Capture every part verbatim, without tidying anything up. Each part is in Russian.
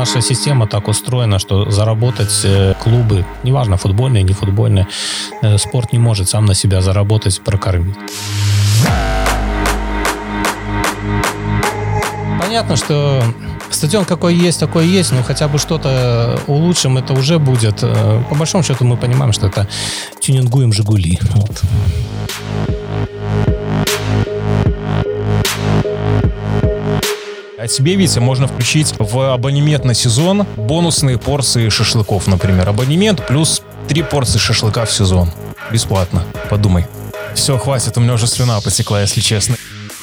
наша система так устроена, что заработать клубы, неважно, футбольные, не футбольные, спорт не может сам на себя заработать, прокормить. Понятно, что стадион какой есть, такой есть, но хотя бы что-то улучшим, это уже будет. По большому счету мы понимаем, что это тюнингуем «Жигули». Вот. А тебе, Витя, можно включить в абонемент на сезон бонусные порции шашлыков, например. Абонемент плюс три порции шашлыка в сезон. Бесплатно. Подумай. Все, хватит, у меня уже слюна потекла, если честно.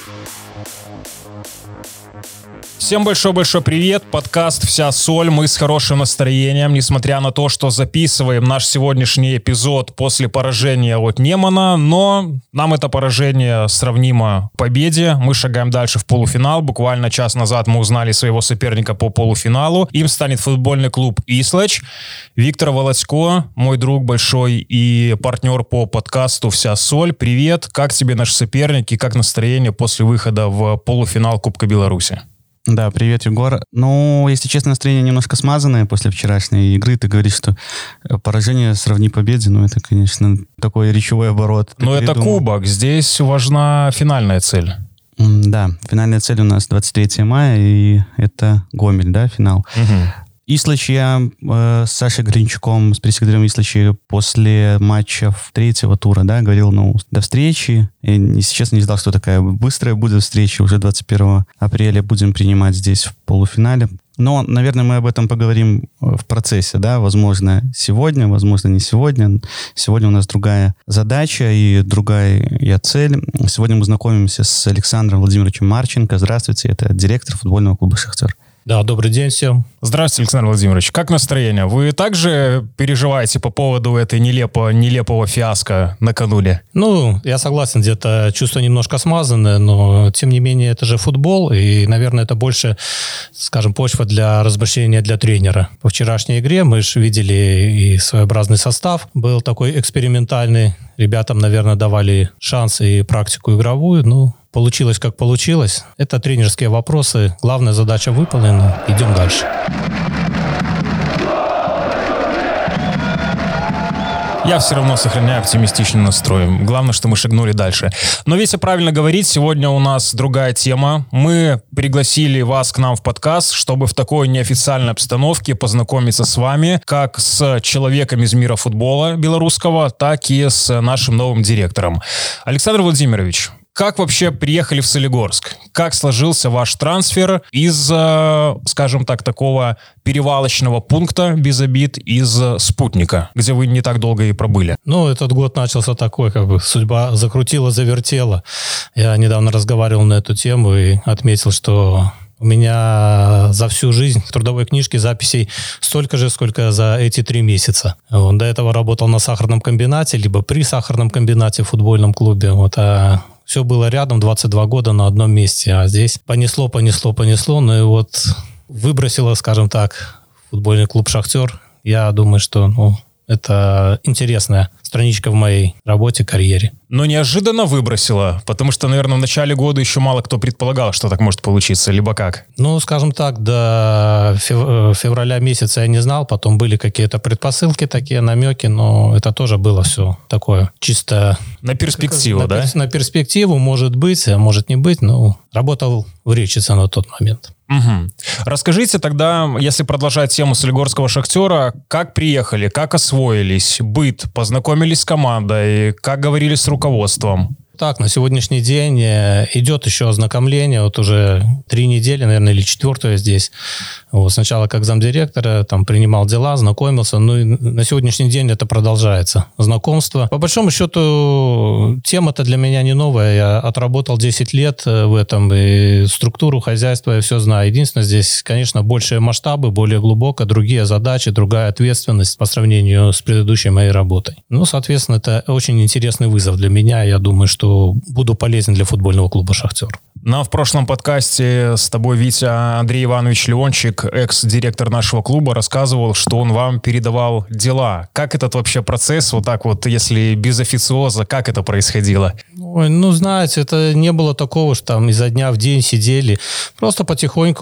Всем большой-большой привет, подкаст «Вся соль», мы с хорошим настроением, несмотря на то, что записываем наш сегодняшний эпизод после поражения от Немана, но нам это поражение сравнимо победе, мы шагаем дальше в полуфинал, буквально час назад мы узнали своего соперника по полуфиналу, им станет футбольный клуб «Ислач». Виктор Володько, мой друг большой и партнер по подкасту «Вся соль», привет, как тебе наш соперник и как настроение после выхода в полуфинал Кубка Беларуси? Да, привет, Егор. Ну, если честно, настроение немножко смазанное после вчерашней игры. Ты говоришь, что поражение сравни победе. Ну, это, конечно, такой речевой оборот. Но это кубок. Здесь важна финальная цель. Да, финальная цель у нас двадцать третьего мая, и это Гомель, да, финал. Угу. Ислач, я э, с Сашей Гринчуком, с пресс-секретарем Ислача после матча третьего тура, да, говорил, ну, до встречи. Я, если честно, не знал, что такая быстрая будет встреча. Уже двадцать первого апреля будем принимать здесь в полуфинале. Но, наверное, мы об этом поговорим в процессе, да, возможно, сегодня, возможно, не сегодня. Сегодня у нас другая задача и другая цель. Сегодня мы знакомимся с Александром Владимировичем Марченко. Здравствуйте, это директор футбольного клуба «Шахтер». Да, добрый день всем. Здравствуйте, Александр Владимирович. Как настроение? Вы также переживаете по поводу этой нелепо, нелепого фиаско накануне? Ну, я согласен, где-то чувство немножко смазанное, но, тем не менее, это же футбол, и, наверное, это больше, скажем, почва для размышления для тренера. По вчерашней игре мы же видели и своеобразный состав, был такой экспериментальный. Ребятам, наверное, давали шанс и практику игровую, ну, получилось, как получилось. Это тренерские вопросы. Главная задача выполнена. Идем дальше. Я все равно сохраняю оптимистичный настрой. Главное, что мы шагнули дальше. Но Витя правильно говорит, сегодня у нас другая тема. Мы пригласили вас к нам в подкаст, чтобы в такой неофициальной обстановке познакомиться с вами, как с человеком из мира футбола белорусского, так и с нашим новым директором. Александр Владимирович, как вообще приехали в Солигорск? Как сложился ваш трансфер из, скажем так, такого перевалочного пункта, без обид, из Спутника, где вы не так долго и пробыли? Ну, этот год начался такой, как бы судьба закрутила, завертела. Я недавно разговаривал на эту тему и отметил, что у меня за всю жизнь в трудовой книжке записей столько же, сколько за эти три месяца. Он до этого работал на сахарном комбинате, либо при сахарном комбинате в футбольном клубе. Вот, а все было рядом, двадцать два года на одном месте, а здесь понесло, понесло, понесло, ну и вот выбросило, скажем так, футбольный клуб «Шахтер». Я думаю, что ну, это интересная страничка в моей работе, карьере. Но неожиданно выбросило, потому что, наверное, в начале года еще мало кто предполагал, что так может получиться, либо как? Ну, скажем так, до февраля месяца я не знал, потом были какие-то предпосылки такие, намеки, но это тоже было все такое чисто... На перспективу, на, да? На перспективу, может быть, а может не быть, но работал в Речице на тот момент. Угу. Расскажите тогда, если продолжать тему солигорского «Шахтера», как приехали, как освоились, быт, познакомились с командой, как говорили с руководством? Так, на сегодняшний день идет еще ознакомление, вот уже три недели, наверное, или четвертая здесь. Вот, сначала как замдиректора, там принимал дела, знакомился, ну и на сегодняшний день это продолжается. Знакомство. По большому счету, тема-то для меня не новая. Я отработал десять лет в этом, и структуру хозяйства я все знаю. Единственное, здесь, конечно, большие масштабы, более глубоко, другие задачи, другая ответственность по сравнению с предыдущей моей работой. Ну, соответственно, это очень интересный вызов для меня. Я думаю, что буду полезен для футбольного клуба «Шахтер». Нам в прошлом подкасте с тобой, Витя, Андрей Иванович Леончик, экс-директор нашего клуба, рассказывал, что он вам передавал дела. Как этот вообще процесс, вот так вот, если без официоза, как это происходило? Ой, ну, знаете, это не было такого, что там изо дня в день сидели. Просто потихоньку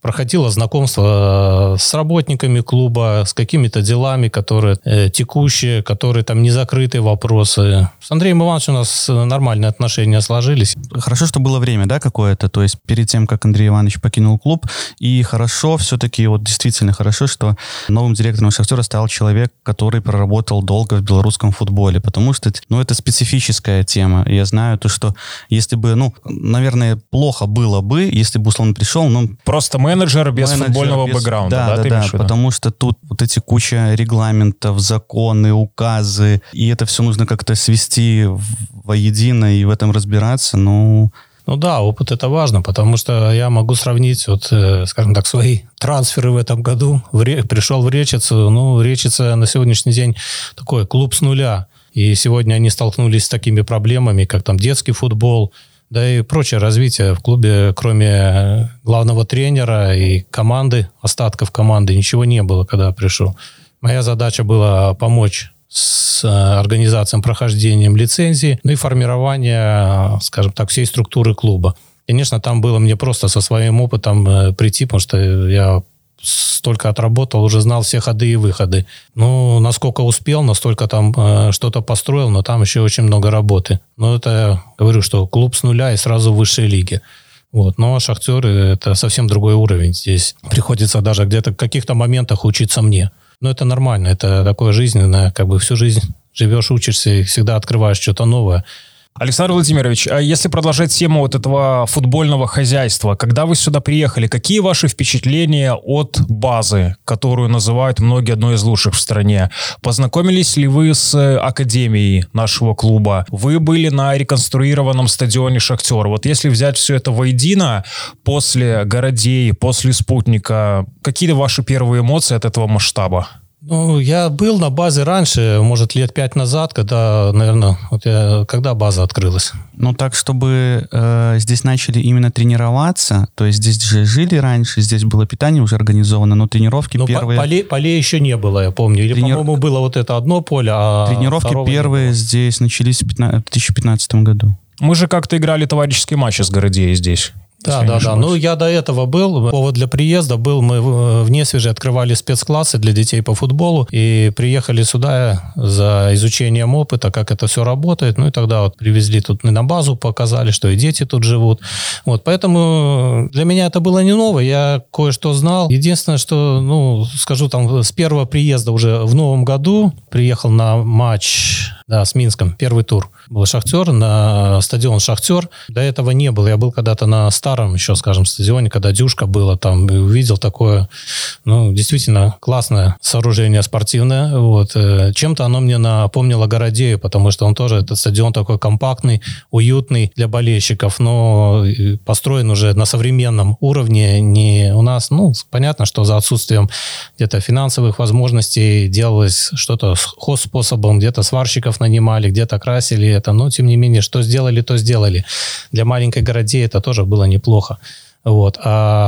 проходило знакомство с работниками клуба, с какими-то делами, которые э, текущие, которые там не закрытые вопросы. С Андреем Ивановичем у нас нормальные отношения сложились. Хорошо, что было время, да, какое-то, то есть перед тем, как Андрей Иванович покинул клуб, и хорошо, все-таки вот действительно хорошо, что новым директором «Шахтера» стал человек, который проработал долго в белорусском футболе, потому что, ну, это специфическая тема. Я знаю то, что если бы, ну, наверное, плохо было бы, если бы, условно, пришел, ну... Просто менеджер без менеджер, футбольного без... бэкграунда, да? Да, да, да, потому что тут вот эти куча регламентов, законы, указы, и это все нужно как-то свести воедино и в этом разбираться, ну... Ну да, опыт это важно, потому что я могу сравнить, вот, э, скажем так, свои трансферы в этом году. В Ре... Пришел в Речицу, ну, Речица на сегодняшний день такой клуб с нуля. И сегодня они столкнулись с такими проблемами, как там детский футбол, да и прочее развитие в клубе, кроме главного тренера и команды, остатков команды, ничего не было, когда я пришел. Моя задача была помочь с организацией, прохождением лицензии, ну и формирование, скажем так, всей структуры клуба. Конечно, там было мне просто со своим опытом прийти, потому что я столько отработал, уже знал все ходы и выходы. Ну, насколько успел, настолько там э, что-то построил, но там еще очень много работы. Но это, говорю, что клуб с нуля и сразу в высшей лиге. Вот. Но «Шахтер» — это совсем другой уровень. Здесь приходится даже где-то в каких-то моментах учиться мне. Но это нормально, это такое жизненное, как бы всю жизнь живешь, учишься и всегда открываешь что-то новое. Александр Владимирович, а если продолжать тему вот этого футбольного хозяйства, когда вы сюда приехали, какие ваши впечатления от базы, которую называют многие одной из лучших в стране? Познакомились ли вы с академией нашего клуба? Вы были на реконструированном стадионе «Шахтер». Вот если взять все это воедино, после «Городей», после «Спутника», какие ваши первые эмоции от этого масштаба? Ну, я был на базе раньше, может, лет пять назад, когда, наверное, вот я, когда база открылась. Ну, так, чтобы э, здесь начали именно тренироваться, то есть здесь же жили раньше, здесь было питание уже организовано, но тренировки но первые... Полей, полей еще не было, я помню. Или, Тренир... по-моему, было вот это одно поле, а тренировки первые здесь начались в две тысячи пятнадцатом году. Мы же как-то играли товарищеские матчи с «Городей» здесь. Да, да, да. Ну, я до этого был. Повод для приезда был. Мы в Несвеже открывали спецклассы для детей по футболу. И приехали сюда за изучением опыта, как это все работает. Ну, и тогда вот привезли тут на базу, показали, что и дети тут живут. Вот, поэтому для меня это было не ново. Я кое-что знал. Единственное, что, ну, скажу, там, с первого приезда уже в новом году приехал на матч, да, с Минском, первый тур. Был «Шахтер», на стадион «Шахтер». До этого не было. Я был когда-то на старом еще, скажем, стадионе, когда «Дюшка» было там, и увидел такое, ну, действительно классное сооружение спортивное. Вот. Чем-то оно мне напомнило «Городею», потому что он тоже, этот стадион такой компактный, уютный для болельщиков, но построен уже на современном уровне. Не у нас, ну, понятно, что за отсутствием где-то финансовых возможностей делалось что-то хозспособом, где-то сварщиков нанимали, где-то красили это, но, тем не менее, что сделали, то сделали. Для маленькой Городеи это тоже было неплохо. Вот.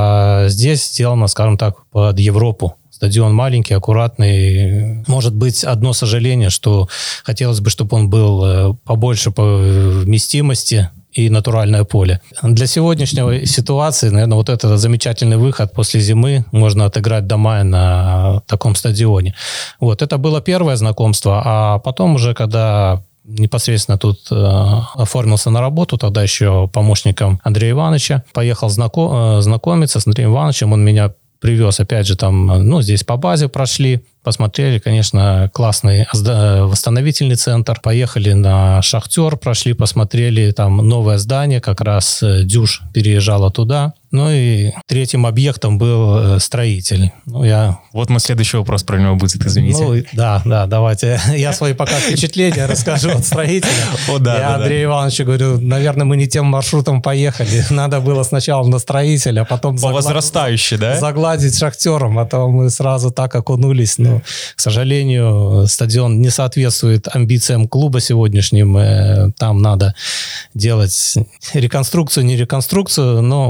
А здесь сделано, скажем так, под Европу. Стадион маленький, аккуратный. Может быть, одно сожаление, что хотелось бы, чтобы он был побольше по вместимости и натуральное поле. Для сегодняшней ситуации, наверное, вот это замечательный выход после зимы. Можно отыграть до мая на таком стадионе. Вот. Это было первое знакомство. А потом уже, когда непосредственно тут э, оформился на работу, тогда еще помощником Андрея Ивановича. Поехал знаком, э, знакомиться с Андреем Ивановичем. Он меня привез, опять же, там, ну, здесь по базе прошли, посмотрели, конечно, классный восстановительный центр. Поехали на «Шахтер», прошли, посмотрели, там новое здание, как раз Дюш переезжала туда. Ну и третьим объектом был строитель. Ну, я... Вот мой следующий вопрос про него будет, извините. Ну, да, да, давайте. Я свои пока впечатления расскажу от строителя. О, да, я да, Андрею да. Ивановичу говорю, наверное, мы не тем маршрутом поехали. Надо было сначала на строителя, а потом... По загла... возрастающей, да? Загладить «Шахтером», а то мы сразу так окунулись. Ну, к сожалению, стадион не соответствует амбициям клуба сегодняшним. Там надо делать реконструкцию, не реконструкцию, но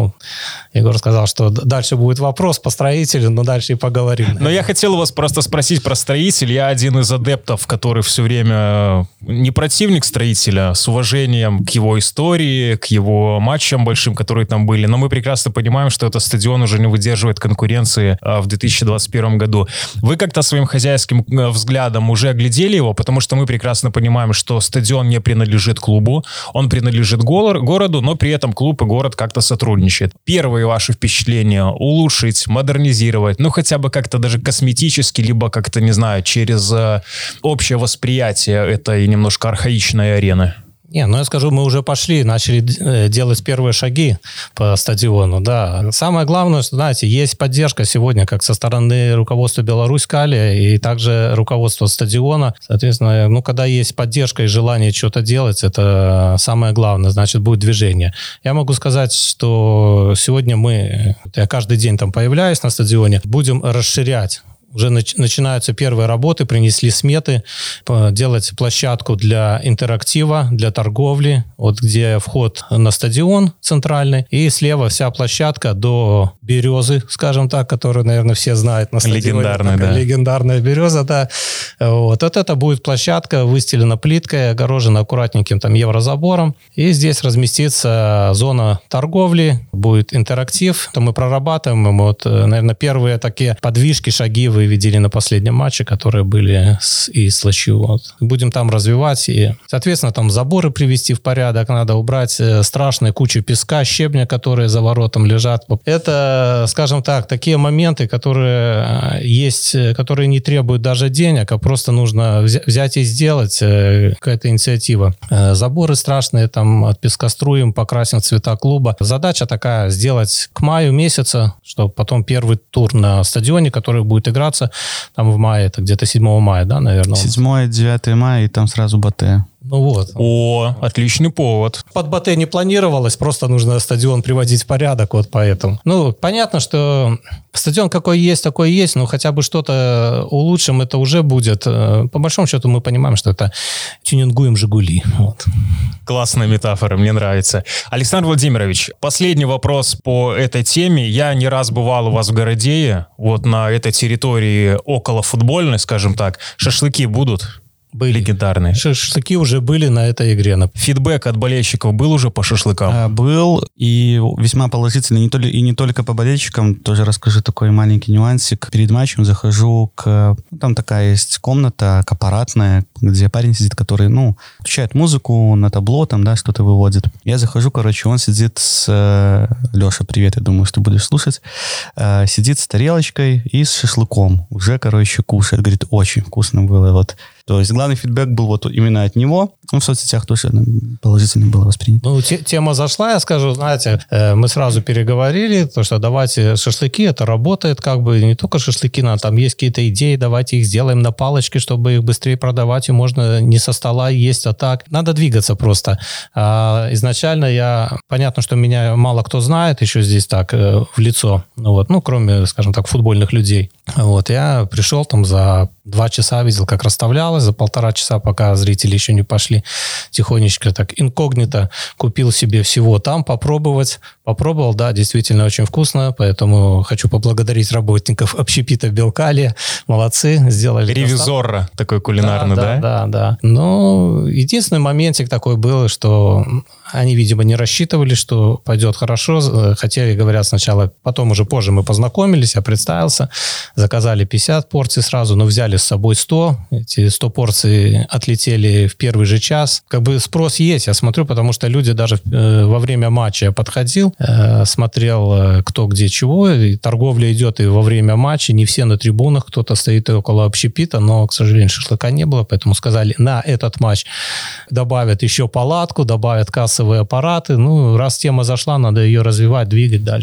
Егор сказал, что дальше будет вопрос по строителю, но дальше и поговорим. Но я хотел вас просто спросить про строитель. Я один из адептов, который все время не противник строителя, с уважением к его истории, к его матчам большим, которые там были. Но мы прекрасно понимаем, что этот стадион уже не выдерживает конкуренции в две тысячи двадцать первом году. Вы как-то своим хозяйским взглядом уже оглядели его, потому что мы прекрасно понимаем, что стадион не принадлежит клубу, он принадлежит городу, но при этом клуб и город как-то сотрудничают. Первые ваши впечатления: улучшить, модернизировать, ну хотя бы как-то даже косметически, либо как-то, не знаю, через э, общее восприятие этой немножко архаичной арены? Не, ну я скажу, мы уже пошли, начали делать первые шаги по стадиону, да. Самое главное, что, знаете, есть поддержка сегодня как со стороны руководства Беларусь-Кали и также руководства стадиона. Соответственно, ну, когда есть поддержка и желание что-то делать, это самое главное, значит, будет движение. Я могу сказать, что сегодня мы, я каждый день там появляюсь на стадионе, будем расширять. Уже нач- начинаются первые работы, принесли сметы, делать площадку для интерактива, для торговли, вот где вход на стадион центральный, и слева вся площадка до березы, скажем так, которую, наверное, все знают на стадионе. Легендарная, да. Легендарная береза, да. Вот. вот это будет площадка, выстелена плиткой, огорожена аккуратненьким там еврозабором, и здесь разместится зона торговли, будет интерактив, то мы прорабатываем, вот, наверное, первые такие подвижки, шаги вы видели на последнем матче, которые были с, и с Лачью. Вот. Будем там развивать. И, соответственно, там заборы привести в порядок. Надо убрать страшные кучу песка, щебня, которые за воротом лежат. Это, скажем так, такие моменты, которые есть, которые не требуют даже денег, а просто нужно взять и сделать. Какая-то инициатива. Заборы страшные, там от пескоструем покрасим цвета клуба. Задача такая: сделать к маю месяца, чтобы потом первый тур на стадионе, который будет играть там в мае, это где-то седьмого мая, да, наверное? седьмое-девятое мая, и там сразу Батэ. Ну вот. О, отличный повод. Под Батэ не планировалось, просто нужно стадион приводить в порядок, вот поэтому. Ну, понятно, что стадион какой есть, такой есть, но хотя бы что-то улучшим, это уже будет. По большому счету мы понимаем, что это тюнингуем «Жигули». Вот. Классная метафора, мне нравится. Александр Владимирович, последний вопрос по этой теме. Я не раз бывал у вас в Городее, вот на этой территории околофутбольной, скажем так. Шашлыки будут? Были. Легендарные. Шашлыки уже были на этой игре. Фидбэк от болельщиков был уже по шашлыкам? А, был, и весьма положительный. Не только, и не только по болельщикам. Тоже расскажу такой маленький нюансик. Перед матчем захожу к... Там такая есть комната аппаратная, где парень сидит, который, ну, включает музыку на табло, там, да, что-то выводит. Я захожу, короче, он сидит с... Леша, привет, я думаю, что будешь слушать. Сидит с тарелочкой и с шашлыком. Уже, короче, кушает. Говорит, очень вкусно было, вот. То есть главный фидбэк был вот именно от него. Ну, в соцсетях тоже положительно было воспринято. Ну, те, тема зашла, я скажу, знаете, э, мы сразу переговорили, то, что давайте шашлыки, это работает, как бы не только шашлыки, но там есть какие-то идеи, давайте их сделаем на палочке, чтобы их быстрее продавать, и можно не со стола есть, а так. Надо двигаться просто. А, изначально я, понятно, что меня мало кто знает еще здесь так, э, в лицо, вот, ну, кроме, скажем так, футбольных людей. Вот, я пришел там за два часа, видел, как расставлялось, за полтора часа, пока зрители еще не пошли, тихонечко так инкогнито купил себе всего там попробовать. Попробовал, да, действительно очень вкусно, поэтому хочу поблагодарить работников общепита Белкали. Молодцы, сделали. Ревизора достав... такой кулинарный, да? Да, да, да, да. Но единственный моментик такой был, что они, видимо, не рассчитывали, что пойдет хорошо. Хотели, говорят, сначала, потом уже позже мы познакомились, я представился, заказали пятьдесят порций сразу, но взяли с собой сто. Эти сто порций отлетели в первый же час. Как бы спрос есть, я смотрю, потому что люди даже э, во время матча я подходил, э, смотрел, э, кто где чего, и торговля идет и во время матча, не все на трибунах, кто-то стоит и около общепита, но, к сожалению, шашлыка не было, поэтому сказали, на этот матч добавят еще палатку, добавят кассовые аппараты. Ну, раз тема зашла, надо ее развивать, двигать дальше.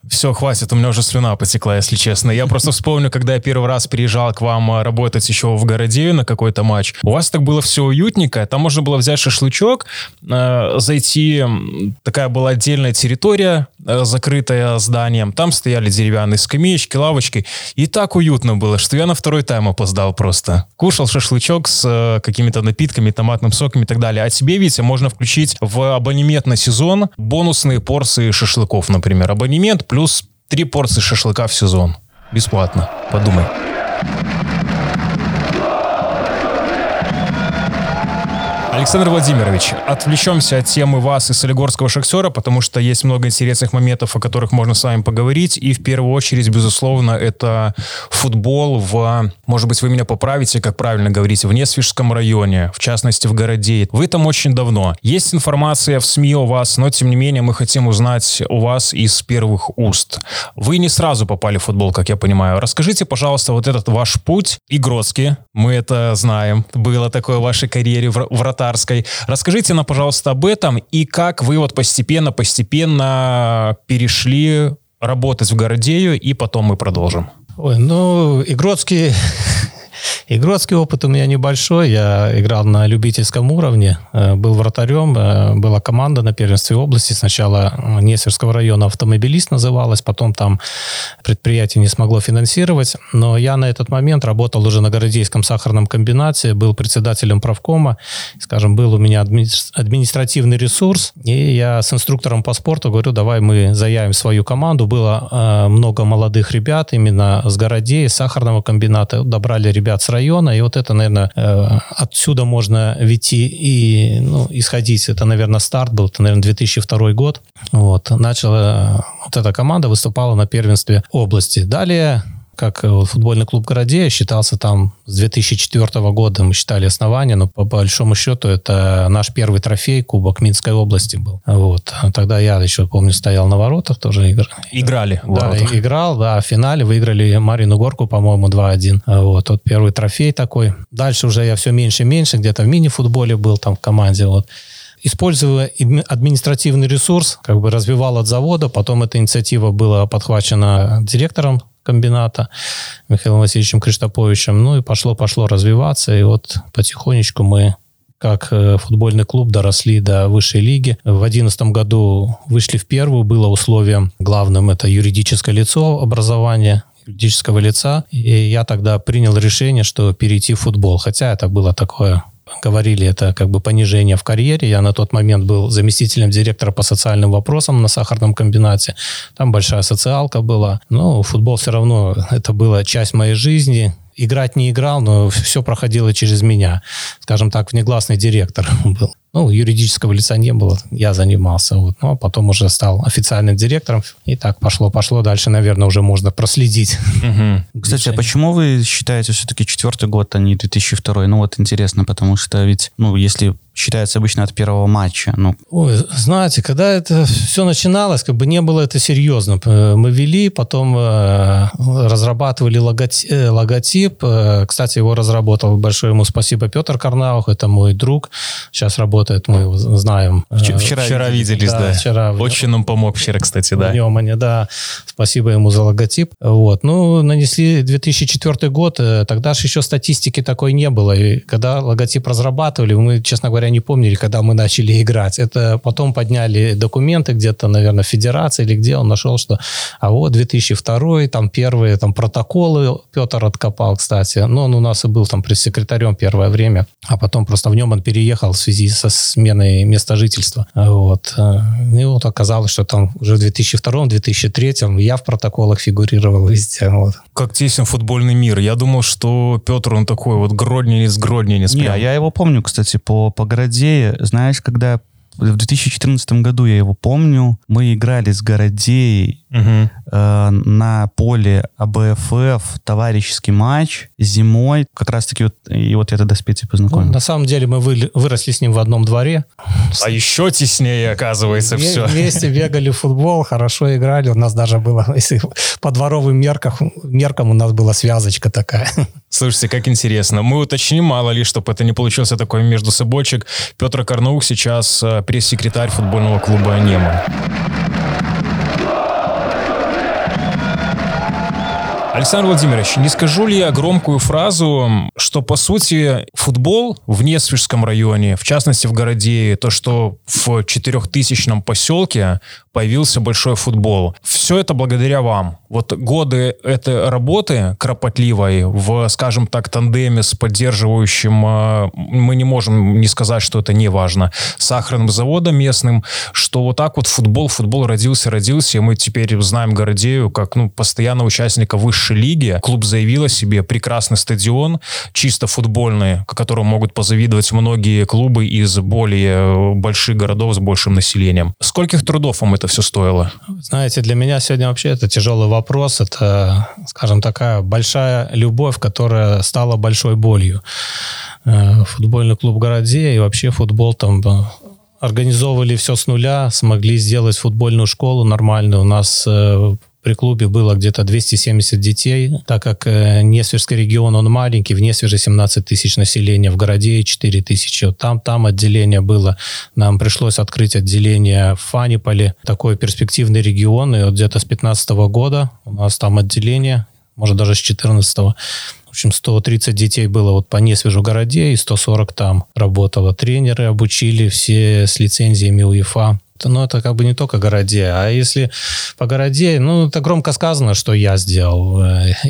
Все, хватит, у меня уже слюна потекла, если честно. Я просто вспомню, когда я первый раз приезжал к вам работать еще в Городею на какой-то матч. У вас так было все уютненько, там можно было взять шашлычок, э, зайти, такая была отдельная территория, э, закрытая зданием, там стояли деревянные скамеечки, лавочки, и так уютно было, что я на второй тайм опоздал просто. Кушал шашлычок с э, какими-то напитками, томатным соком и так далее. А тебе, Витя, можно включить в абонемент на сезон бонусные порции шашлыков, например. Абонемент плюс три порции шашлыка в сезон. Бесплатно. Подумай. Александр Владимирович, отвлечемся от темы вас и Солигорского «Шахтера», потому что есть много интересных моментов, о которых можно с вами поговорить. И в первую очередь, безусловно, это футбол в, может быть, вы меня поправите, как правильно говорить, в Несвежском районе, в частности, в Городее. Вы там очень давно. Есть информация в СМИ о вас, но, тем не менее, мы хотим узнать у вас из первых уст. Вы не сразу попали в футбол, как я понимаю. Расскажите, пожалуйста, вот этот ваш путь Игротский. Мы это знаем. Было такое в вашей карьере в вратарской. Расскажите нам, пожалуйста, об этом и как вы вот постепенно-постепенно перешли работать в Городею, и потом мы продолжим. Ой, ну, Игротский... Игротский опыт у меня небольшой. Я играл на любительском уровне, был вратарем, была команда на первенстве области. Сначала Несвежского района «Автомобилист» называлась, потом там предприятие не смогло финансировать. Но я на этот момент работал уже на Городейском сахарном комбинате, был председателем правкома. Скажем, был у меня административный ресурс, и я с инструктором по спорту говорю, давай мы заявим свою команду. Было много молодых ребят именно с Городея, с сахарного комбината. Добрали ребят с района, и вот это, наверное, отсюда можно войти и, ну, исходить. Это, наверное, старт был, это, наверное, две тысячи второй год. Вот. Начала вот эта команда, выступала на первенстве области. Далее, как футбольный клуб Городея, считался там с две тысячи четвёртого года, мы считали основание, но по большому счету это наш первый трофей, Кубок Минской области был. Вот. Тогда я еще, помню, стоял на воротах, тоже игр... играли. В да, воротах. играл, да, в финале выиграли Марину Горку, по-моему, два один. Вот, вот первый трофей такой. Дальше уже я все меньше и меньше, где-то в мини-футболе был там в команде, вот. Используя административный ресурс, как бы развивал от завода, потом эта инициатива была подхвачена директором комбината Михаилом Васильевичем Криштоповичем, ну и пошло-пошло развиваться, и вот потихонечку мы, как футбольный клуб, доросли до высшей лиги. В две тысячи одиннадцатом году вышли в первую, было условием главным, это юридическое лицо образования, юридического лица, и я тогда принял решение, что перейти в футбол, хотя это было такое... Говорили, это как бы понижение в карьере. Я на тот момент был заместителем директора по социальным вопросам на сахарном комбинате. Там большая социалка была. Но футбол все равно, это была часть моей жизни. Играть не играл, но все проходило через меня. Скажем так, внегласный директор был. Ну, юридического лица не было, я занимался. Вот. Ну, а потом уже стал официальным директором. И так пошло-пошло. Дальше, наверное, уже можно проследить. Угу. Кстати, а почему вы считаете все-таки четвертый год, а не две тысячи второй? Ну, вот интересно, потому что ведь, ну, если... считается обычно от первого матча. Ну. Ой, знаете, когда это все начиналось, как бы не было это серьезно. Мы вели, потом э, разрабатывали логотип, э, логотип. Э, кстати, его разработал, большое ему спасибо, Петр Карнаух, это мой друг. Сейчас работает, мы его знаем. Вчера, вчера, вчера виделись, да. да. Вчера, Очень нам помог вчера, кстати, да. В Немане, да. Спасибо ему за логотип. Вот. Ну, нанесли две тысячи четвёртый год, тогда же еще статистики такой не было. И когда логотип разрабатывали, мы, честно говоря, не помнили, когда мы начали играть. Это потом подняли документы где-то, наверное, в федерации или где он нашел, что а вот две тысячи второй, там первые там протоколы Петр откопал, кстати. Но он у нас и был там пресс-секретарем первое время, а потом просто в нем он переехал в связи со сменой места жительства. Вот. И вот оказалось, что там уже в две тысячи втором, две тысячи третьем я в протоколах фигурировал везде. Вот. Как тесен футбольный мир. Я думал, что Петр, он такой вот гродненец, гродненец. Не, я его помню, кстати, по, по Городее. Знаешь, когда в две тысячи четырнадцатом году, я его помню, мы играли с Городеей угу. э, на поле А Б Ф Ф, товарищеский матч зимой. Как раз-таки вот, и вот я тогда с Петей познакомился. Ну, на самом деле мы вы, выросли с ним в одном дворе. А еще теснее, оказывается, Вме- все. Вместе бегали в футбол, хорошо играли. У нас даже было, если по дворовым меркам, меркам у нас была связочка такая. Слушайте, как интересно. Мы уточним, мало ли, чтобы это не получился такой междусобойчик. Петр Карнаух сейчас пресс-секретарь футбольного клуба «Неман». Александр Владимирович, не скажу ли я громкую фразу, что, по сути, футбол в Несвежском районе, в частности, в Городее, то, что в четырехтысячном поселке появился большой футбол, все это благодаря вам. Вот годы этой работы кропотливой в, скажем так, тандеме с поддерживающим, мы не можем не сказать, что это не важно, сахарным заводом местным, что вот так вот футбол, футбол родился, родился, и мы теперь знаем Городею как, ну, постоянного участника высшей лиги. Клуб заявил о себе, прекрасный стадион, чисто футбольный, которому могут позавидовать многие клубы из более больших городов с большим населением. Скольких трудов вам это все стоило? Знаете, для меня сегодня вообще это тяжелый вопрос. Это, скажем, такая большая любовь, которая стала большой болью. Футбольный клуб Городея и вообще футбол там организовывали все с нуля, смогли сделать футбольную школу нормальную. У нас при клубе было где-то двести семьдесят детей, так как э, Несвежский регион, он маленький, в Несвеже семнадцать тысяч населения, в Городее четыре тысячи. Вот там, там отделение было. Нам пришлось открыть отделение в Фаниполе. Такой перспективный регион, и вот где-то с пятнадцатого года у нас там отделение, может даже с четырнадцатого. В общем, сто тридцать детей было вот по Несвежу Городее, и сто сорок там работало. Тренеры обучили все с лицензиями УЕФА. Но это как бы не только Городея. А если по Городее, ну, это громко сказано, что я сделал.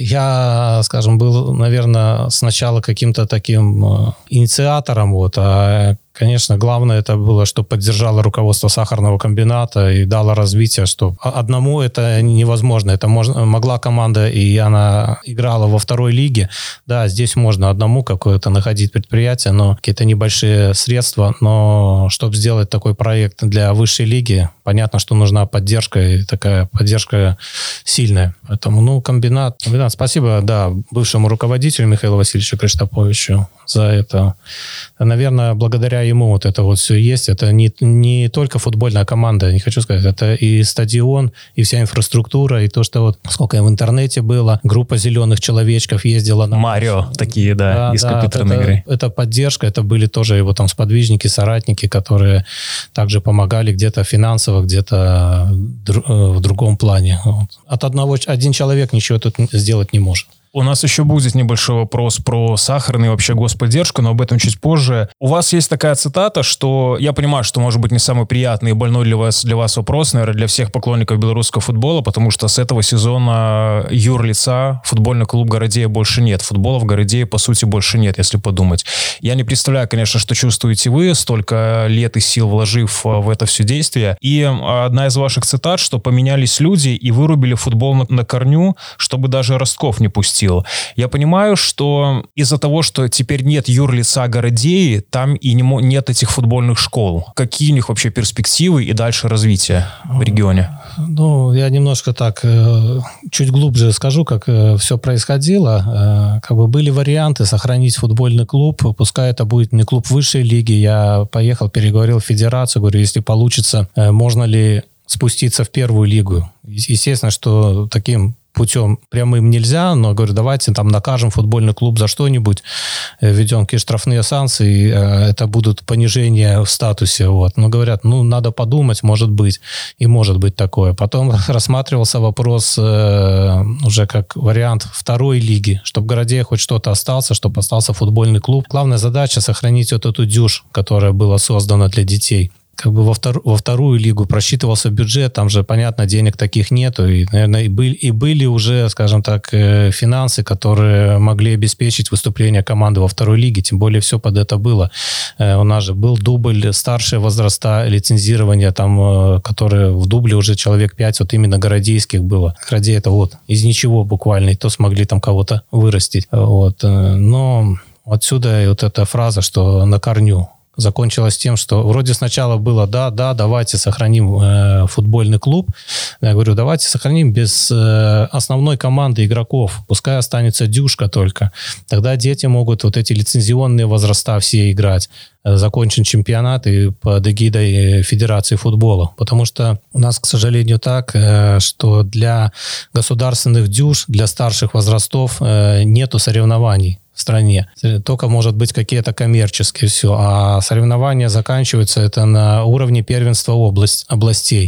Я, скажем, был, наверное, сначала каким-то таким инициатором, вот, а, конечно, главное это было, что поддержало руководство сахарного комбината и дало развитие, что одному это невозможно. Это можно, могла команда, и она играла во второй лиге. Да, здесь можно одному какое-то находить предприятие, но какие-то небольшие средства. Но чтобы сделать такой проект для высшей лиги, понятно, что нужна поддержка, и такая поддержка сильная. Поэтому, ну, комбинат, комбинат спасибо, да, бывшему руководителю Михаилу Васильевичу Криштоповичу за это. Наверное, благодаря ему вот это вот все есть. Это не, не только футбольная команда, не хочу сказать, это и стадион, и вся инфраструктура, и то, что вот сколько в интернете было, группа зеленых человечков ездила на... Марио такие, да, да из да, компьютерной это, игры. Это поддержка, это были тоже его там сподвижники, соратники, которые также помогали где-то финансово, где-то в другом плане. Вот. От одного, один человек ничего тут сделать не может. У нас еще будет небольшой вопрос про сахарный вообще господдержку, но об этом чуть позже. У вас есть такая цитата, что я понимаю, что может быть не самый приятный и больной для вас, для вас вопрос, наверное, для всех поклонников белорусского футбола, потому что с этого сезона юрлица футбольный клуб Городея больше нет. Футбола в Городее, по сути, больше нет, если подумать. Я не представляю, конечно, что чувствуете вы, столько лет и сил вложив в это все действие. И одна из ваших цитат, что поменялись люди и вырубили футбол на, на корню, чтобы даже ростков не пустить. Я понимаю, что из-за того, что теперь нет юрлица Городеи, там и не, нет этих футбольных школ. Какие у них вообще перспективы и дальше развитие в регионе? Ну, я немножко так чуть глубже скажу, как все происходило. Как бы были варианты сохранить футбольный клуб, пускай это будет не клуб высшей лиги. Я поехал, переговорил в федерацию, говорю, если получится, можно ли спуститься в первую лигу. Естественно, что таким путем прямым нельзя, но, говорю, давайте там накажем футбольный клуб за что-нибудь, введем какие-то штрафные санкции, это будут понижения в статусе. Вот. Но говорят, ну, надо подумать, может быть, и может быть такое. Потом рассматривался вопрос э, уже как вариант второй лиги, чтобы в Городее хоть что-то остался, чтобы остался футбольный клуб. Главная задача — сохранить вот эту дюж, которая была создана для детей. Как бы во, втор, во вторую лигу просчитывался бюджет, там же, понятно, денег таких нету, и, наверное, и были, и были уже, скажем так, финансы, которые могли обеспечить выступление команды во второй лиге, тем более все под это было. У нас же был дубль, старшие возраста лицензирования, там, которые в дубле уже человек пять, вот именно городейских было. Городей это вот из ничего буквально, и то смогли там кого-то вырастить. Вот. Но отсюда и вот эта фраза, что на корню. Закончилось тем, что вроде сначала было, да, да, давайте сохраним э, футбольный клуб. Я говорю, давайте сохраним без э, основной команды игроков. Пускай останется дюшка только. Тогда дети могут вот эти лицензионные возраста все играть. Закончен чемпионат и под эгидой Федерации футбола. Потому что у нас, к сожалению, так, э, что для государственных дюш, для старших возрастов э, нету соревнований в стране. Только, может быть, какие-то коммерческие все. А соревнования заканчиваются это на уровне первенства область, областей.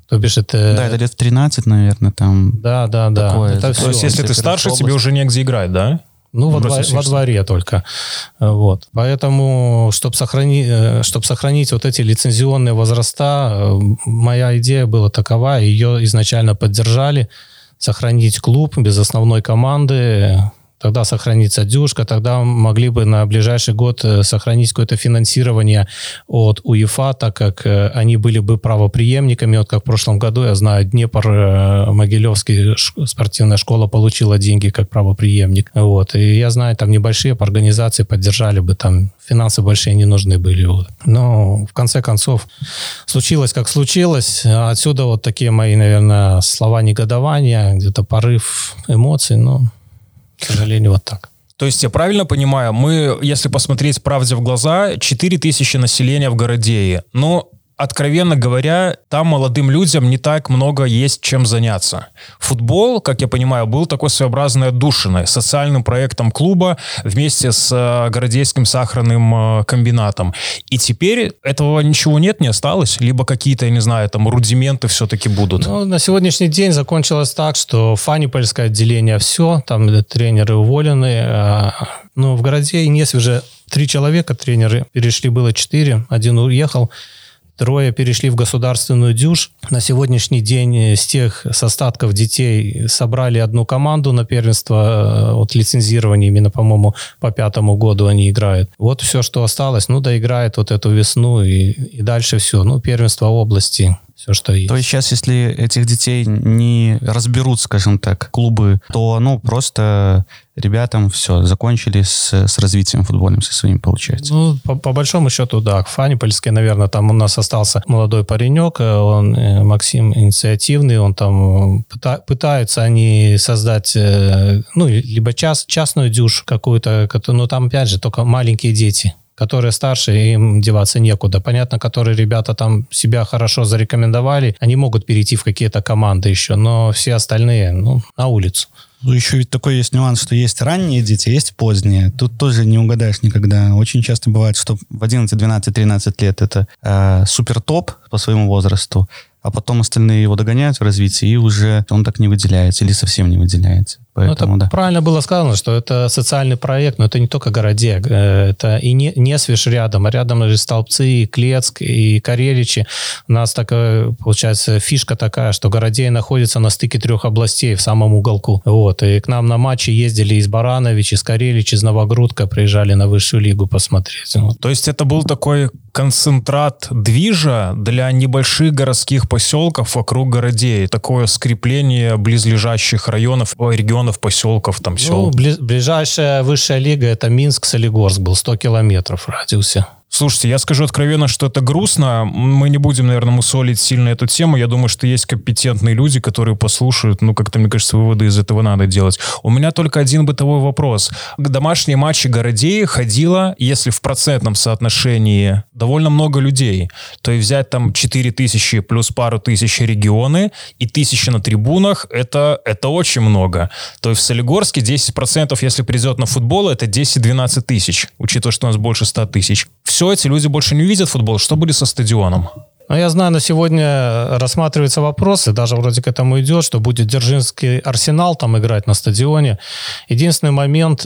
То бишь это... Да, это лет в тринадцать, наверное, там. Да, да, да. Это То все. есть если ты старше, тебе уже негде играть, да? Ну, во, дворе, во дворе только. Вот. Поэтому, чтобы сохранить, чтобы сохранить вот эти лицензионные возраста, моя идея была такова, ее изначально поддержали, сохранить клуб без основной команды, тогда сохранится дюшка, тогда могли бы на ближайший год сохранить какое-то финансирование от УЕФА, так как они были бы правопреемниками. Вот как в прошлом году, я знаю, Днепр, Могилевский спортивная школа получила деньги как правопреемник. Вот. И я знаю, там небольшие организации поддержали бы, там финансы большие не нужны были. Вот. Но в конце концов случилось, как случилось. Отсюда вот такие мои, наверное, слова негодования, где-то порыв эмоций, но... К сожалению, вот так. То есть, я правильно понимаю, мы, если посмотреть правде в глаза, четыре тысячи населения в Городее, но, откровенно говоря, там молодым людям не так много есть чем заняться. Футбол, как я понимаю, был такой своеобразной отдушиной, социальным проектом клуба вместе с э, Городейским сахарным э, комбинатом. И теперь этого ничего нет, не осталось? Либо какие-то, я не знаю, там рудименты все-таки будут? Ну, на сегодняшний день закончилось так, что Фанипольское отделение все, там тренеры уволены. А, ну, в Городее не уже три человека тренеры, перешли было четыре, один уехал. Трое перешли в государственную дюж. На сегодняшний день с тех с остатков детей собрали одну команду на первенство от лицензирования. Именно, по-моему, по пятому году они играют. Вот все, что осталось. Ну, доиграет вот эту весну и, и дальше все. Ну, первенство области. Все, что есть. То есть сейчас, если этих детей не разберут, скажем так, клубы, то, ну, просто ребятам все, закончили с, с развитием футбольным со своим, получается. Ну, по, по большому счету, да. Фанипольский, наверное, там у нас остался молодой паренек, он, Максим, инициативный, он там пыта, пытаются они создать, ну, либо час, частную дюж какую-то, но там, опять же, только маленькие дети, которые старше, им деваться некуда. Понятно, которые ребята там себя хорошо зарекомендовали, они могут перейти в какие-то команды еще, но все остальные, ну, на улицу. Ну, еще ведь такой есть нюанс, что есть ранние дети, есть поздние. Тут тоже не угадаешь никогда. Очень часто бывает, что в одиннадцать, двенадцать, тринадцать лет это э, супер топ по своему возрасту, а потом остальные его догоняют в развитии, и уже он так не выделяется или совсем не выделяется. Поэтому, это да. Правильно было сказано, что это социальный проект, но это не только Городе, это и не, не Свеж рядом, а рядом же Столбцы, и Клецк, и Кареличи. У нас такая, получается, фишка такая, что Городей находится на стыке трех областей в самом уголку. Вот. И к нам на матчи ездили из Баранович, из Карелич, из Новогрудка, приезжали на высшую лигу посмотреть. Вот. То есть это был такой концентрат движа для небольших городских поселков вокруг Городей, такое скрепление близлежащих районов, регионов, поселков, там, сел. Ну, бли- ближайшая высшая лига — это Минск, Солигорск, был сто километров в радиусе. Слушайте, я скажу откровенно, что это грустно. Мы не будем, наверное, мусолить сильно эту тему. Я думаю, что есть компетентные люди, которые послушают. Ну, как-то, мне кажется, выводы из этого надо делать. У меня только один бытовой вопрос. Домашние матчи Городей ходило, если в процентном соотношении, довольно много людей. То есть взять там четыре тысячи плюс пару тысяч регионы и тысячи на трибунах, это, это очень много. То есть в Солигорске десять процентов, если придет на футбол, это десять-двенадцать тысяч, учитывая, что у нас больше ста тысяч. Все, эти люди больше не увидят футбол. Что будет со стадионом? Ну, я знаю, на сегодня рассматриваются вопросы, даже вроде к этому идет, что будет Дзержинский Арсенал там играть на стадионе. Единственный момент —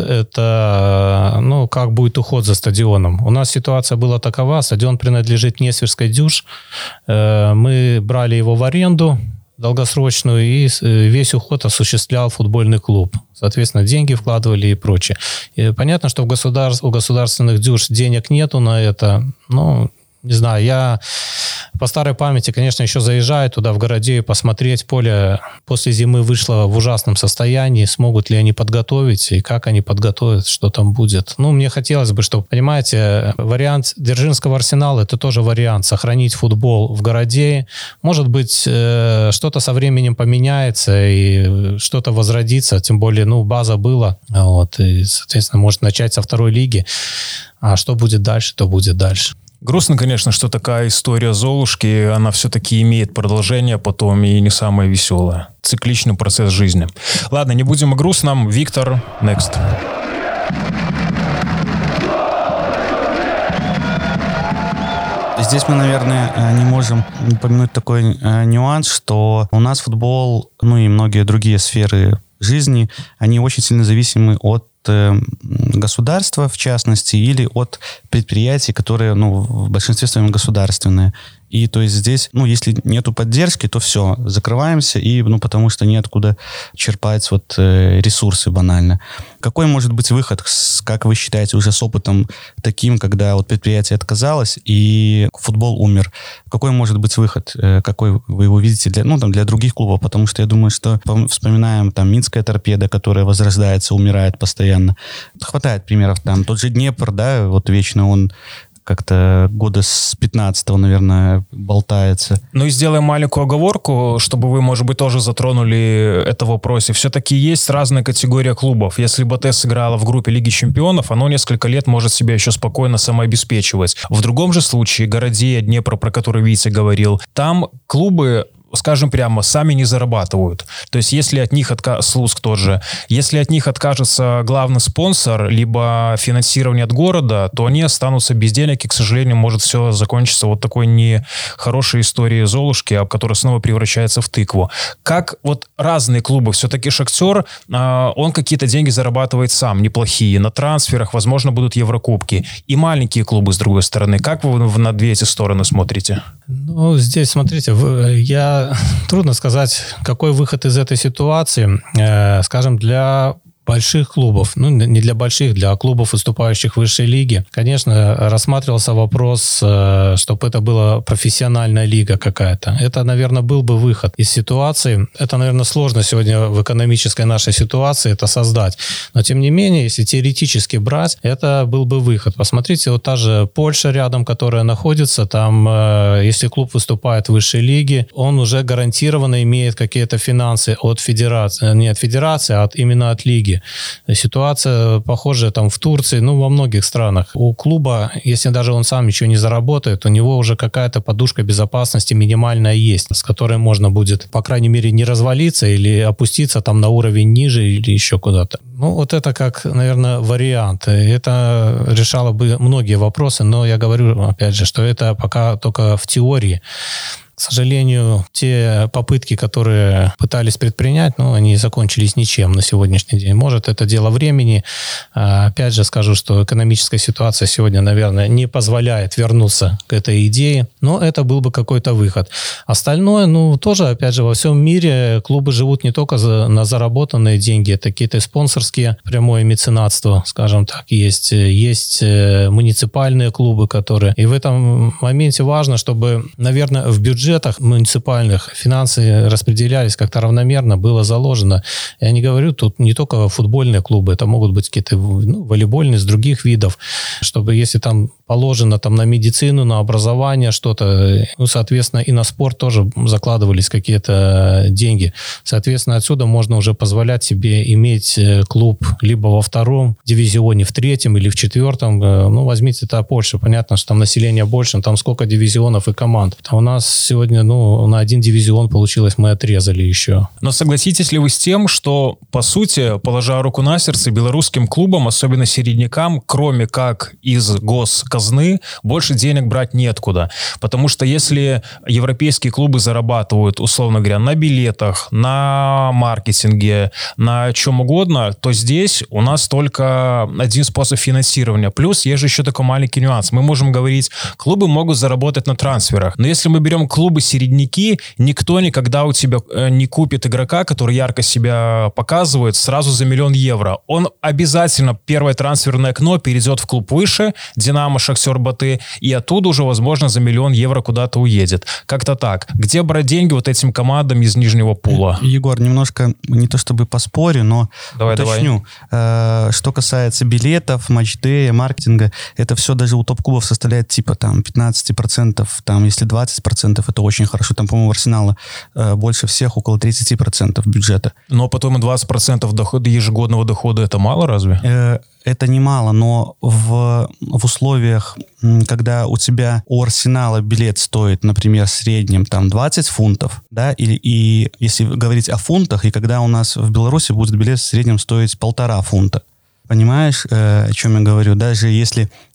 это, ну, как будет уход за стадионом. У нас ситуация была такова, стадион принадлежит Несвежской дюж. Мы брали его в аренду долгосрочную, и весь уход осуществлял футбольный клуб. Соответственно, деньги вкладывали и прочее. И понятно, что в государств, у государственных дюж денег нету на это. Ну, не знаю, я по старой памяти, конечно, еще заезжаю туда, в Городею, посмотреть. Поле после зимы вышло в ужасном состоянии. Смогут ли они подготовить, и как они подготовят, что там будет. Ну, мне хотелось бы, чтобы, понимаете, вариант Дзержинского Арсенала — это тоже вариант. Сохранить футбол в Городее. Может быть, что-то со временем поменяется, и что-то возродится. Тем более, ну, база была. Вот, и, соответственно, может начать со второй лиги. А что будет дальше, то будет дальше. Грустно, конечно, что такая история Золушки, она все-таки имеет продолжение потом и не самое веселое. Цикличный процесс жизни. Ладно, не будем о грустном. Виктор, next. Здесь мы, наверное, не можем упомянуть такой нюанс, что у нас футбол, ну и многие другие сферы жизни, они очень сильно зависимы от государства, в частности, или от предприятий, которые, ну, в большинстве своем государственные. И то есть здесь, ну, если нету поддержки, то все, закрываемся, и, ну, потому что неоткуда черпать вот э, ресурсы банально. Какой может быть выход, как вы считаете, уже с опытом таким, когда вот предприятие отказалось и футбол умер? Какой может быть выход? Э, какой вы его видите для, ну, там, для других клубов? Потому что я думаю, что вспоминаем там Минская торпеда, которая возрождается, умирает постоянно. Хватает примеров там. Тот же Днепр, да, вот вечно он как-то года с пятнадцатого, наверное, болтается. Ну и сделаем маленькую оговорку, чтобы вы, может быть, тоже затронули это в вопросе. Все-таки есть разная категория клубов. Если БТ сыграла в группе Лиги Чемпионов, оно несколько лет может себя еще спокойно самообеспечивать. В другом же случае, Городея, Днепр, про который Витя говорил, там клубы, скажем прямо, сами не зарабатывают. То есть, если от них откажется, Слуцк тот же, если от них откажется главный спонсор, либо финансирование от города, то они останутся без денег, и, к сожалению, может все закончиться вот такой нехорошей историей Золушки, которая снова превращается в тыкву. Как вот разные клубы, все-таки Шахтер, он какие-то деньги зарабатывает сам, неплохие, на трансферах, возможно, будут Еврокубки. И маленькие клубы, с другой стороны. Как вы на две эти стороны смотрите? Ну, здесь, смотрите, я трудно сказать, какой выход из этой ситуации, э, скажем, для больших клубов, ну, не для больших, для клубов, выступающих в высшей лиге. Конечно, рассматривался вопрос, э, чтобы это была профессиональная лига какая-то. Это, наверное, был бы выход из ситуации. Это, наверное, сложно сегодня в экономической нашей ситуации это создать. Но, тем не менее, если теоретически брать, это был бы выход. Посмотрите, вот та же Польша рядом, которая находится, там, э, если клуб выступает в высшей лиге, он уже гарантированно имеет какие-то финансы от федерации, не от федерации, а от, именно от лиги. Ситуация похожая там в Турции, ну, во многих странах. У клуба, если даже он сам ничего не заработает, у него уже какая-то подушка безопасности минимальная есть, с которой можно будет, по крайней мере, не развалиться или опуститься там на уровень ниже или еще куда-то. Ну, вот это как, наверное, вариант. Это решало бы многие вопросы, но я говорю, опять же, что это пока только в теории. К сожалению, те попытки, которые пытались предпринять, ну, они закончились ничем на сегодняшний день. Может, это дело времени. Опять же скажу, что экономическая ситуация сегодня, наверное, не позволяет вернуться к этой идее, но это был бы какой-то выход. Остальное, ну, тоже, опять же, во всем мире клубы живут не только за, на заработанные деньги, это какие-то спонсорские, прямое меценатство, скажем так, есть. Есть муниципальные клубы, которые... И в этом моменте важно, чтобы, наверное, в бюджет В бюджетах муниципальных финансы распределялись как-то равномерно, было заложено. Я не говорю, тут не только футбольные клубы, это могут быть какие-то, ну, волейбольные с других видов, чтобы если там положено там на медицину, на образование что-то, ну, соответственно, и на спорт тоже закладывались какие-то деньги. Соответственно, отсюда можно уже позволять себе иметь клуб либо во втором дивизионе, в третьем или в четвертом. Ну, возьмите это Польшу. Понятно, что там население больше, но там сколько дивизионов и команд. А у нас сегодня, ну, на один дивизион получилось, мы отрезали еще. Но согласитесь ли вы с тем, что, по сути, положа руку на сердце, белорусским клубам, особенно середнякам, кроме как из госказны, больше денег брать неоткуда? Потому что если европейские клубы зарабатывают, условно говоря, на билетах, на маркетинге, на чем угодно, то здесь у нас только один способ финансирования. Плюс есть же еще такой маленький нюанс. Мы можем говорить, клубы могут заработать на трансферах, но если мы берем клубы-середняки, никто никогда у тебя не купит игрока, который ярко себя показывает, сразу за миллион евро. Он обязательно первое трансферное окно перейдет в клуб выше, Динамо, Шахтер, БТ, и оттуда уже, возможно, за миллион евро куда-то уедет. Как-то так. Где брать деньги вот этим командам из нижнего пула? Егор, немножко не то чтобы поспорю, но давай, уточню. Давай. Э, что касается билетов, матч-дея, маркетинга, это все даже у топ-клубов составляет типа там пятнадцать процентов, там если двадцать процентов, это очень хорошо. Там, по-моему, в Арсенала э, больше всех, около тридцать процентов бюджета. Но потом и двадцать процентов дохода, ежегодного дохода, это мало разве? Э, это немало, но в, в условиях, когда у тебя у Арсенала билет стоит, например, в среднем там двадцать фунтов, да, или, и если говорить о фунтах, и когда у нас в Беларуси будет билет в среднем стоить полтора фунта. Понимаешь, э, о чем я говорю? Даже если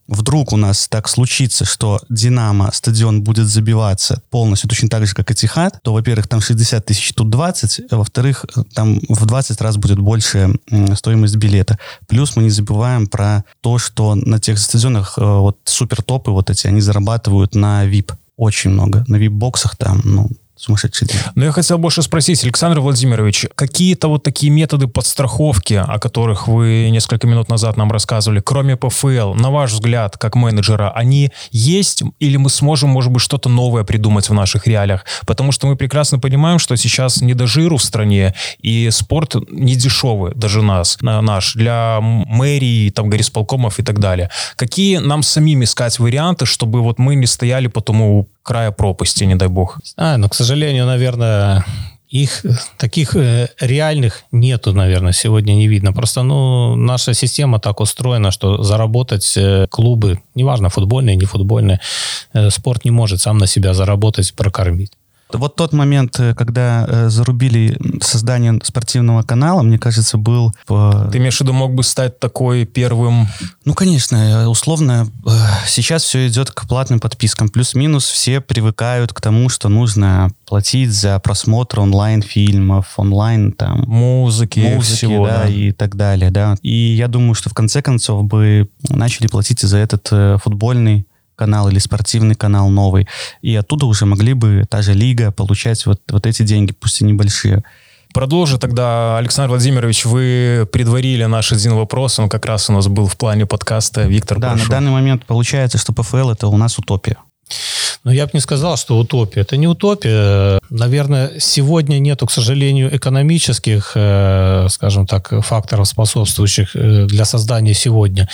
вдруг у нас так случится, что «Динамо» стадион будет забиваться полностью точно так же, как «Этихад», то, во-первых, там шестьдесят тысяч, тут двадцать, а во-вторых, там в двадцать раз будет больше стоимость билета. Плюс мы не забываем про то, что на тех стадионах вот супертопы вот эти, они зарабатывают на ви ай пи очень много. На ви ай пи-боксах там, ну, сумасшедший день. Но я хотел больше спросить, Александр Владимирович, какие-то вот такие методы подстраховки, о которых вы несколько минут назад нам рассказывали, кроме ПФЛ, на ваш взгляд, как менеджера, они есть или мы сможем, может быть, что-то новое придумать в наших реалиях? Потому что мы прекрасно понимаем, что сейчас не до жиру в стране, и спорт не дешевый, даже нас, наш, для мэрии, там, горисполкомов и так далее. Какие нам самим искать варианты, чтобы вот мы не стояли по тому края пропасти, не дай бог? А, но, к сожалению, наверное, их таких э, реальных нету, наверное, сегодня не видно. Просто, ну, наша система так устроена, что заработать э, клубы, неважно, футбольные, не футбольные, э, спорт не может сам на себя заработать, прокормить. Вот тот момент, когда э, зарубили создание спортивного канала, мне кажется, был... Э, Ты имеешь в виду, мог бы стать такой первым... Ну, конечно, условно, э, сейчас все идет к платным подпискам. Плюс-минус все привыкают к тому, что нужно платить за просмотр онлайн-фильмов, онлайн там... Музыки, музыки всего, да, да. и так далее, да. И я думаю, что в конце концов бы начали платить за этот э, футбольный канал или спортивный канал новый. И оттуда уже могли бы та же лига получать вот, вот эти деньги, пусть и небольшие. Продолжи тогда, Александр Владимирович, вы предварили наш один вопрос, он как раз у нас был в плане подкаста. Виктор, Да, прошу. на данный момент получается, что ПФЛ это у нас утопия. Но я бы не сказал, что утопия. Это не утопия. Наверное, сегодня нету, к сожалению, экономических, скажем так, факторов, способствующих для создания сегодня.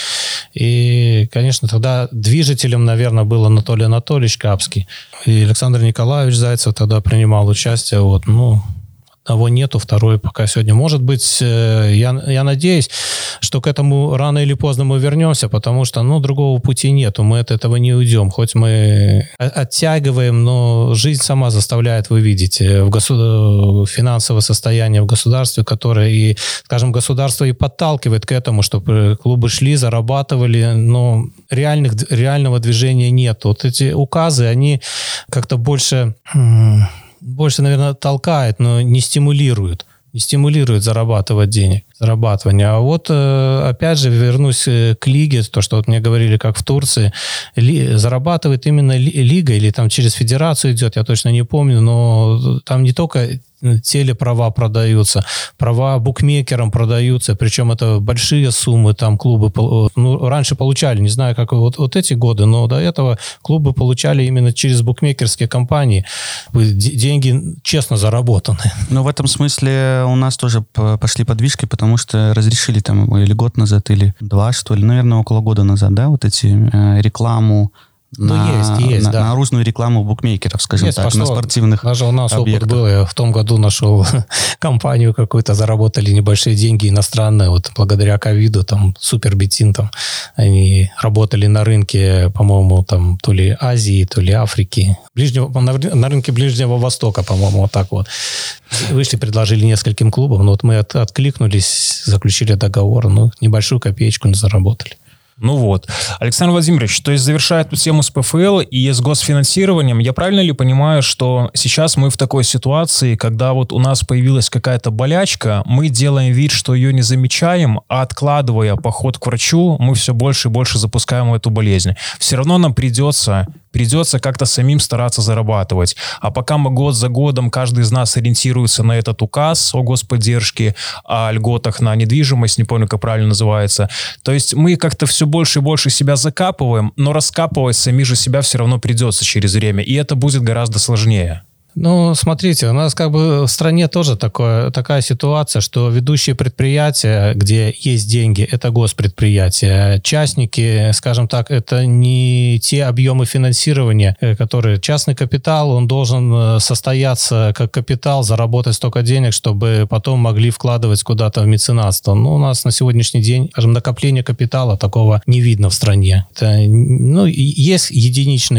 И, конечно, тогда движителем, наверное, был Анатолий Анатольевич Капский. И Александр Николаевич Зайцев тогда принимал участие. Вот, ну, одного нету, второй пока сегодня. Может быть, я, я надеюсь, что к этому рано или поздно мы вернемся, потому что, ну, другого пути нету, мы от этого не уйдем. Хоть мы оттягиваем, но жизнь сама заставляет, вы видите, в государ... финансовое состояние в государстве, которое, и, скажем, государство и подталкивает к этому, чтобы клубы шли, зарабатывали, но реальных, реального движения нет. Вот эти указы, они как-то больше... больше, наверное, толкает, но не стимулирует. Не стимулирует зарабатывать денег, зарабатывание. А вот, опять же, вернусь к лиге, то, что вот мне говорили, как в Турции, ли, зарабатывает именно ли, лига, или там через федерацию идет, я точно не помню, но там не только телеправа продаются, права букмекерам продаются, причем это большие суммы, там клубы, ну, раньше получали, не знаю, как вот, вот эти годы, но до этого клубы получали именно через букмекерские компании деньги честно заработанные. Но в этом смысле у нас тоже пошли подвижки, потому что разрешили там или год назад, или два, что ли, наверное, около года назад, да, вот эти э, рекламу, Ну, на, есть, есть, на, да. наружную рекламу букмекеров, скажем есть, так, пошло. на спортивных Даже у нас объектах. опыт был. Я в том году нашел компанию какую-то, заработали небольшие деньги иностранные. Вот благодаря ковиду, там, Супербетин, там, они работали на рынке, по-моему, там, то ли Азии, то ли Африки. Ближнего, на, на рынке Ближнего Востока, по-моему, вот так вот. Вышли, предложили нескольким клубам, но вот мы от, откликнулись, заключили договор, ну, небольшую копеечку заработали. Ну вот. Александр Владимирович, то есть завершая эту тему с ПФЛ и с госфинансированием, я правильно ли понимаю, что сейчас мы в такой ситуации, когда вот у нас появилась какая-то болячка, мы делаем вид, что ее не замечаем, а откладывая поход к врачу, мы все больше и больше запускаем эту болезнь. Все равно нам придется... Придется как-то самим стараться зарабатывать. А пока мы год за годом, каждый из нас ориентируется на этот указ о господдержке, о льготах на недвижимость, не помню, как правильно называется. То есть мы как-то все больше и больше себя закапываем, но раскапывать сами же себя все равно придется через время. И это будет гораздо сложнее. Ну, смотрите, у нас как бы в стране тоже такое, такая ситуация, что ведущие предприятия, где есть деньги, это госпредприятия. Частники, скажем так, это не те объемы финансирования, которые... Частный капитал, он должен состояться как капитал, заработать столько денег, чтобы потом могли вкладывать куда-то в меценатство. Но у нас на сегодняшний день, скажем, накопление капитала такого не видно в стране. Это, ну, есть единичные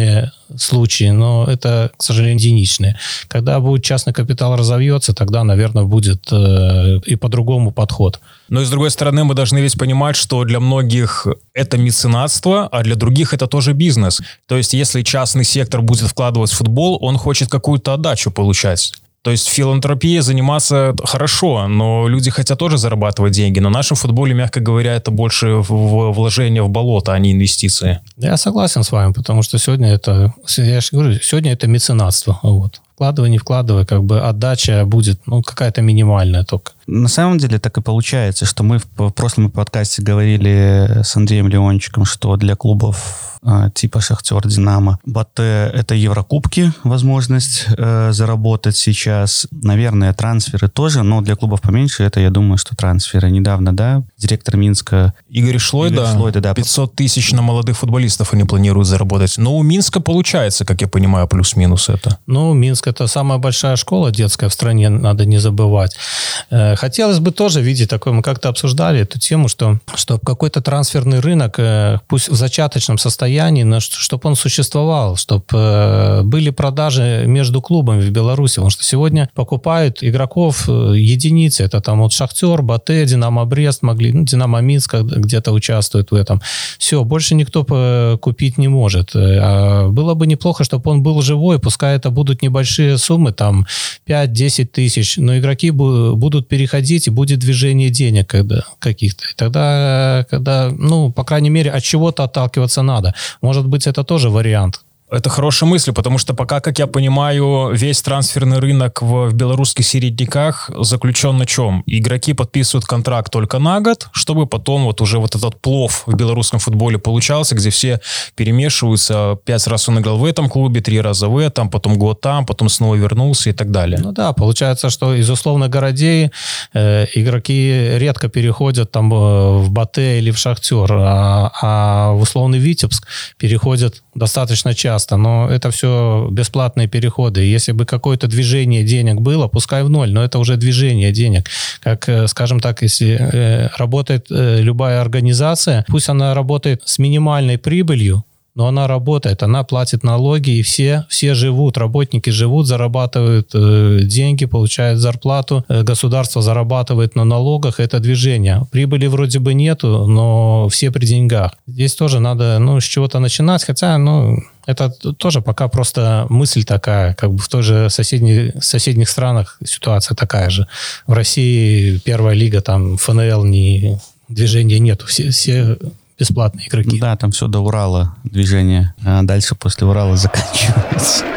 случаи, но это, к сожалению, единичные. Когда будет частный капитал разовьется, тогда, наверное, будет э, и по-другому подход. Но и с другой стороны, мы должны ведь понимать, что для многих это меценатство, а для других это тоже бизнес. То есть, если частный сектор будет вкладывать в футбол, он хочет какую-то отдачу получать. То есть филантропией заниматься хорошо, но люди хотят тоже зарабатывать деньги. Но в нашем футболе, мягко говоря, это больше вложение в болото, а не инвестиции. Я согласен с вами, потому что сегодня это, я же говорю, сегодня это меценатство. Вот. Вкладывай, не вкладывай, как бы отдача будет, ну, какая-то минимальная только. На самом деле так и получается, что мы в, в прошлом подкасте говорили с Андреем Леончиком, что для клубов э, типа «Шахтер», «Динамо», «Батэ» — это Еврокубки, возможность э, заработать сейчас. Наверное, трансферы тоже, но для клубов поменьше это, я думаю, что трансферы. Недавно, да, директор Минска... Игорь Шлойда, Игорь Шлойда да, пятьсот тысяч на молодых футболистов они планируют заработать. Но у Минска получается, как я понимаю, плюс-минус это. Ну, Минск — это самая большая школа детская в стране, надо не забывать. Хотелось бы тоже видеть такое, мы как-то обсуждали эту тему, что, что какой-то трансферный рынок, пусть в зачаточном состоянии, но чтобы он существовал, чтобы были продажи между клубами в Беларуси, потому что сегодня покупают игроков единицы, это там вот «Шахтер», «Батэ», «Динамо Брест» могли, ну, «Динамо Минск» где-то участвует в этом. Все, больше никто купить не может. А было бы неплохо, чтобы он был живой, пускай это будут небольшие суммы, там пять-десять тысяч, но игроки будут переходить, и будет движение денег когда, каких-то. И тогда, когда, ну, по крайней мере, от чего-то отталкиваться надо. Может быть, это тоже вариант. Это хорошая мысль, потому что пока, как я понимаю, весь трансферный рынок в, в белорусских середняках заключен на чем? Игроки подписывают контракт только на год, чтобы потом вот уже вот этот плов в белорусском футболе получался, где все перемешиваются. Пять раз он играл в этом клубе, три раза в этом, потом год там, потом снова вернулся и так далее. Ну да, получается, что из условных городей э, игроки редко переходят там э, в Батэ или в Шахтер, а, а в условный Витебск переходят достаточно часто. Но это все бесплатные переходы. Если бы какое-то движение денег было, пускай в ноль, но это уже движение денег. Как, скажем так, если э, работает э, любая организация, пусть она работает с минимальной прибылью, но она работает, она платит налоги, и все, все живут, работники живут, зарабатывают э, деньги, получают зарплату, э, государство зарабатывает на налогах, это движение. Прибыли вроде бы нету, но все при деньгах. Здесь тоже надо, ну, с чего-то начинать, хотя, ну, это тоже пока просто мысль такая, как бы в той же соседней, соседних странах ситуация такая же. В России первая лига, там, эф эн эл, не, движения нету, все... все бесплатные игроки. Да, там все до Урала движение, а дальше после Урала заканчивается.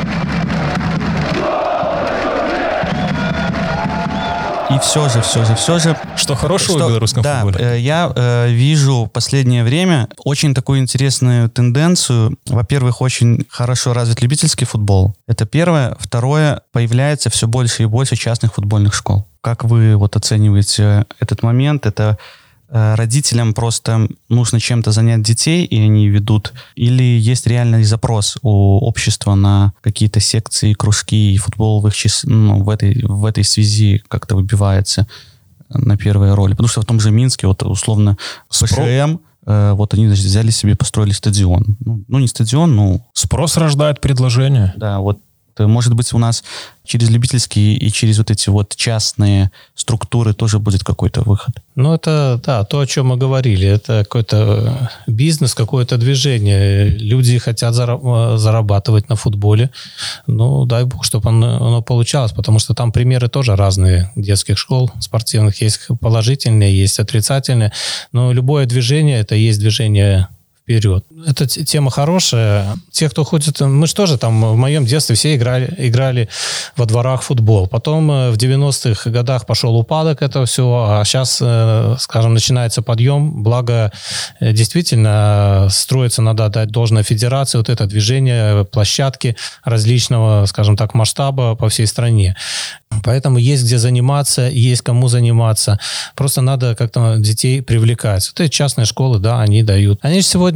И все же, все же, все же... Что хорошего что, в белорусском да, футболе? Да, я э, вижу в последнее время очень такую интересную тенденцию. Во-первых, очень хорошо развит любительский футбол. Это первое. Второе, появляется все больше и больше частных футбольных школ. Как вы вот оцениваете этот момент? Это... родителям просто нужно чем-то занять детей, и они ведут, или есть реальный запрос у общества на какие-то секции, кружки, и футбол в, их чис... ну, в, этой, в этой связи как-то выбивается на первые роли. Потому что в том же Минске, вот условно, Спро... ПШМ, э, вот они взяли себе, построили стадион. Ну, ну не стадион, ну... Спрос рождает предложение. Да, вот может быть, у нас через любительские и через вот эти вот частные структуры тоже будет какой-то выход. Ну, это, да, то, о чем мы говорили. Это какой-то бизнес, какое-то движение. Люди хотят зарабатывать на футболе. Ну, дай бог, чтобы оно, оно получалось, потому что там примеры тоже разные детских школ спортивных. Есть положительные, есть отрицательные. Но любое движение, это есть движение вперед. Эта тема хорошая. Те, кто ходит... Мы же тоже там в моем детстве все играли, играли во дворах в футбол. Потом в девяностых годах пошел упадок этого всего, а сейчас, скажем, начинается подъем. Благо, действительно, строится, надо отдать должное федерации, вот это движение, площадки различного, скажем так, масштаба по всей стране. Поэтому есть где заниматься, есть кому заниматься. Просто надо как-то детей привлекать. Вот эти частные школы, да, они дают. Они же сегодня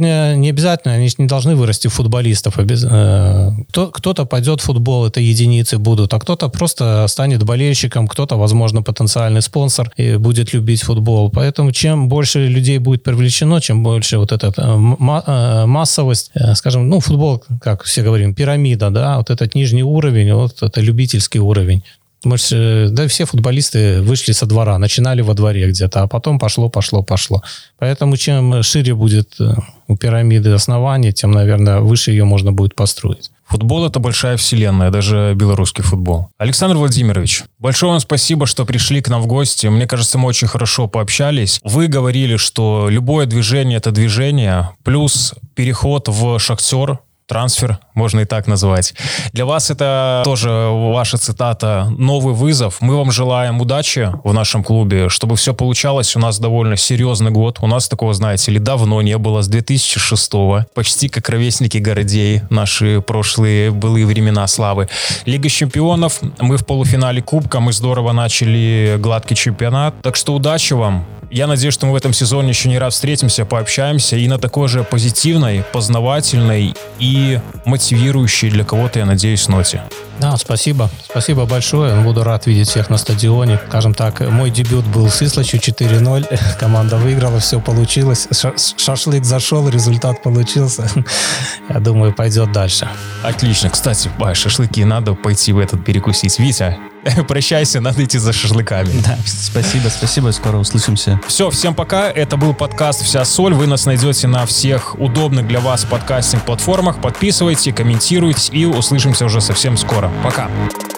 сегодня не обязательно, они не должны вырасти в футболистов. Кто-то пойдет в футбол, это единицы будут, а кто-то просто станет болельщиком, кто-то, возможно, потенциальный спонсор и будет любить футбол. Поэтому чем больше людей будет привлечено, чем больше вот эта массовость, скажем, ну, футбол, как все говорим, пирамида, да, вот этот нижний уровень, вот это любительский уровень. Мы же, да, все футболисты вышли со двора, начинали во дворе где-то, а потом пошло, пошло, пошло. Поэтому чем шире будет у пирамиды основание, тем, наверное, выше ее можно будет построить. Футбол — это большая вселенная, даже белорусский футбол. Александр Владимирович, большое вам спасибо, что пришли к нам в гости. Мне кажется, мы очень хорошо пообщались. Вы говорили, что любое движение — это движение, плюс переход в «Шахтер», трансфер, можно и так назвать. Для вас это тоже ваша цитата «Новый вызов». Мы вам желаем удачи в нашем клубе, чтобы все получалось. У нас довольно серьезный год. У нас такого, знаете ли, давно не было, с две тысячи шестого. Почти как ровесники Городей, наши прошлые былые времена славы. Лига чемпионов. Мы в полуфинале Кубка. Мы здорово начали гладкий чемпионат. Так что удачи вам. Я надеюсь, что мы в этом сезоне еще не раз встретимся, пообщаемся и на такой же позитивной, познавательной и мотивирующей для кого-то, я надеюсь, ноте. Да, спасибо. Спасибо большое. Буду рад видеть всех на стадионе. Скажем так, мой дебют был с Ислачью четыре ноль. Команда выиграла, все получилось. Шашлык зашел, результат получился. Я думаю, пойдет дальше. Отлично. Кстати, шашлыки надо пойти в этот перекусить. Витя, прощайся, надо идти за шашлыками. Да, спасибо, спасибо, скоро услышимся. Все, всем пока. Это был подкаст «Вся соль». Вы нас найдете на всех удобных для вас подкастинг-платформах. Подписывайтесь, комментируйте и услышимся уже совсем скоро. Пока.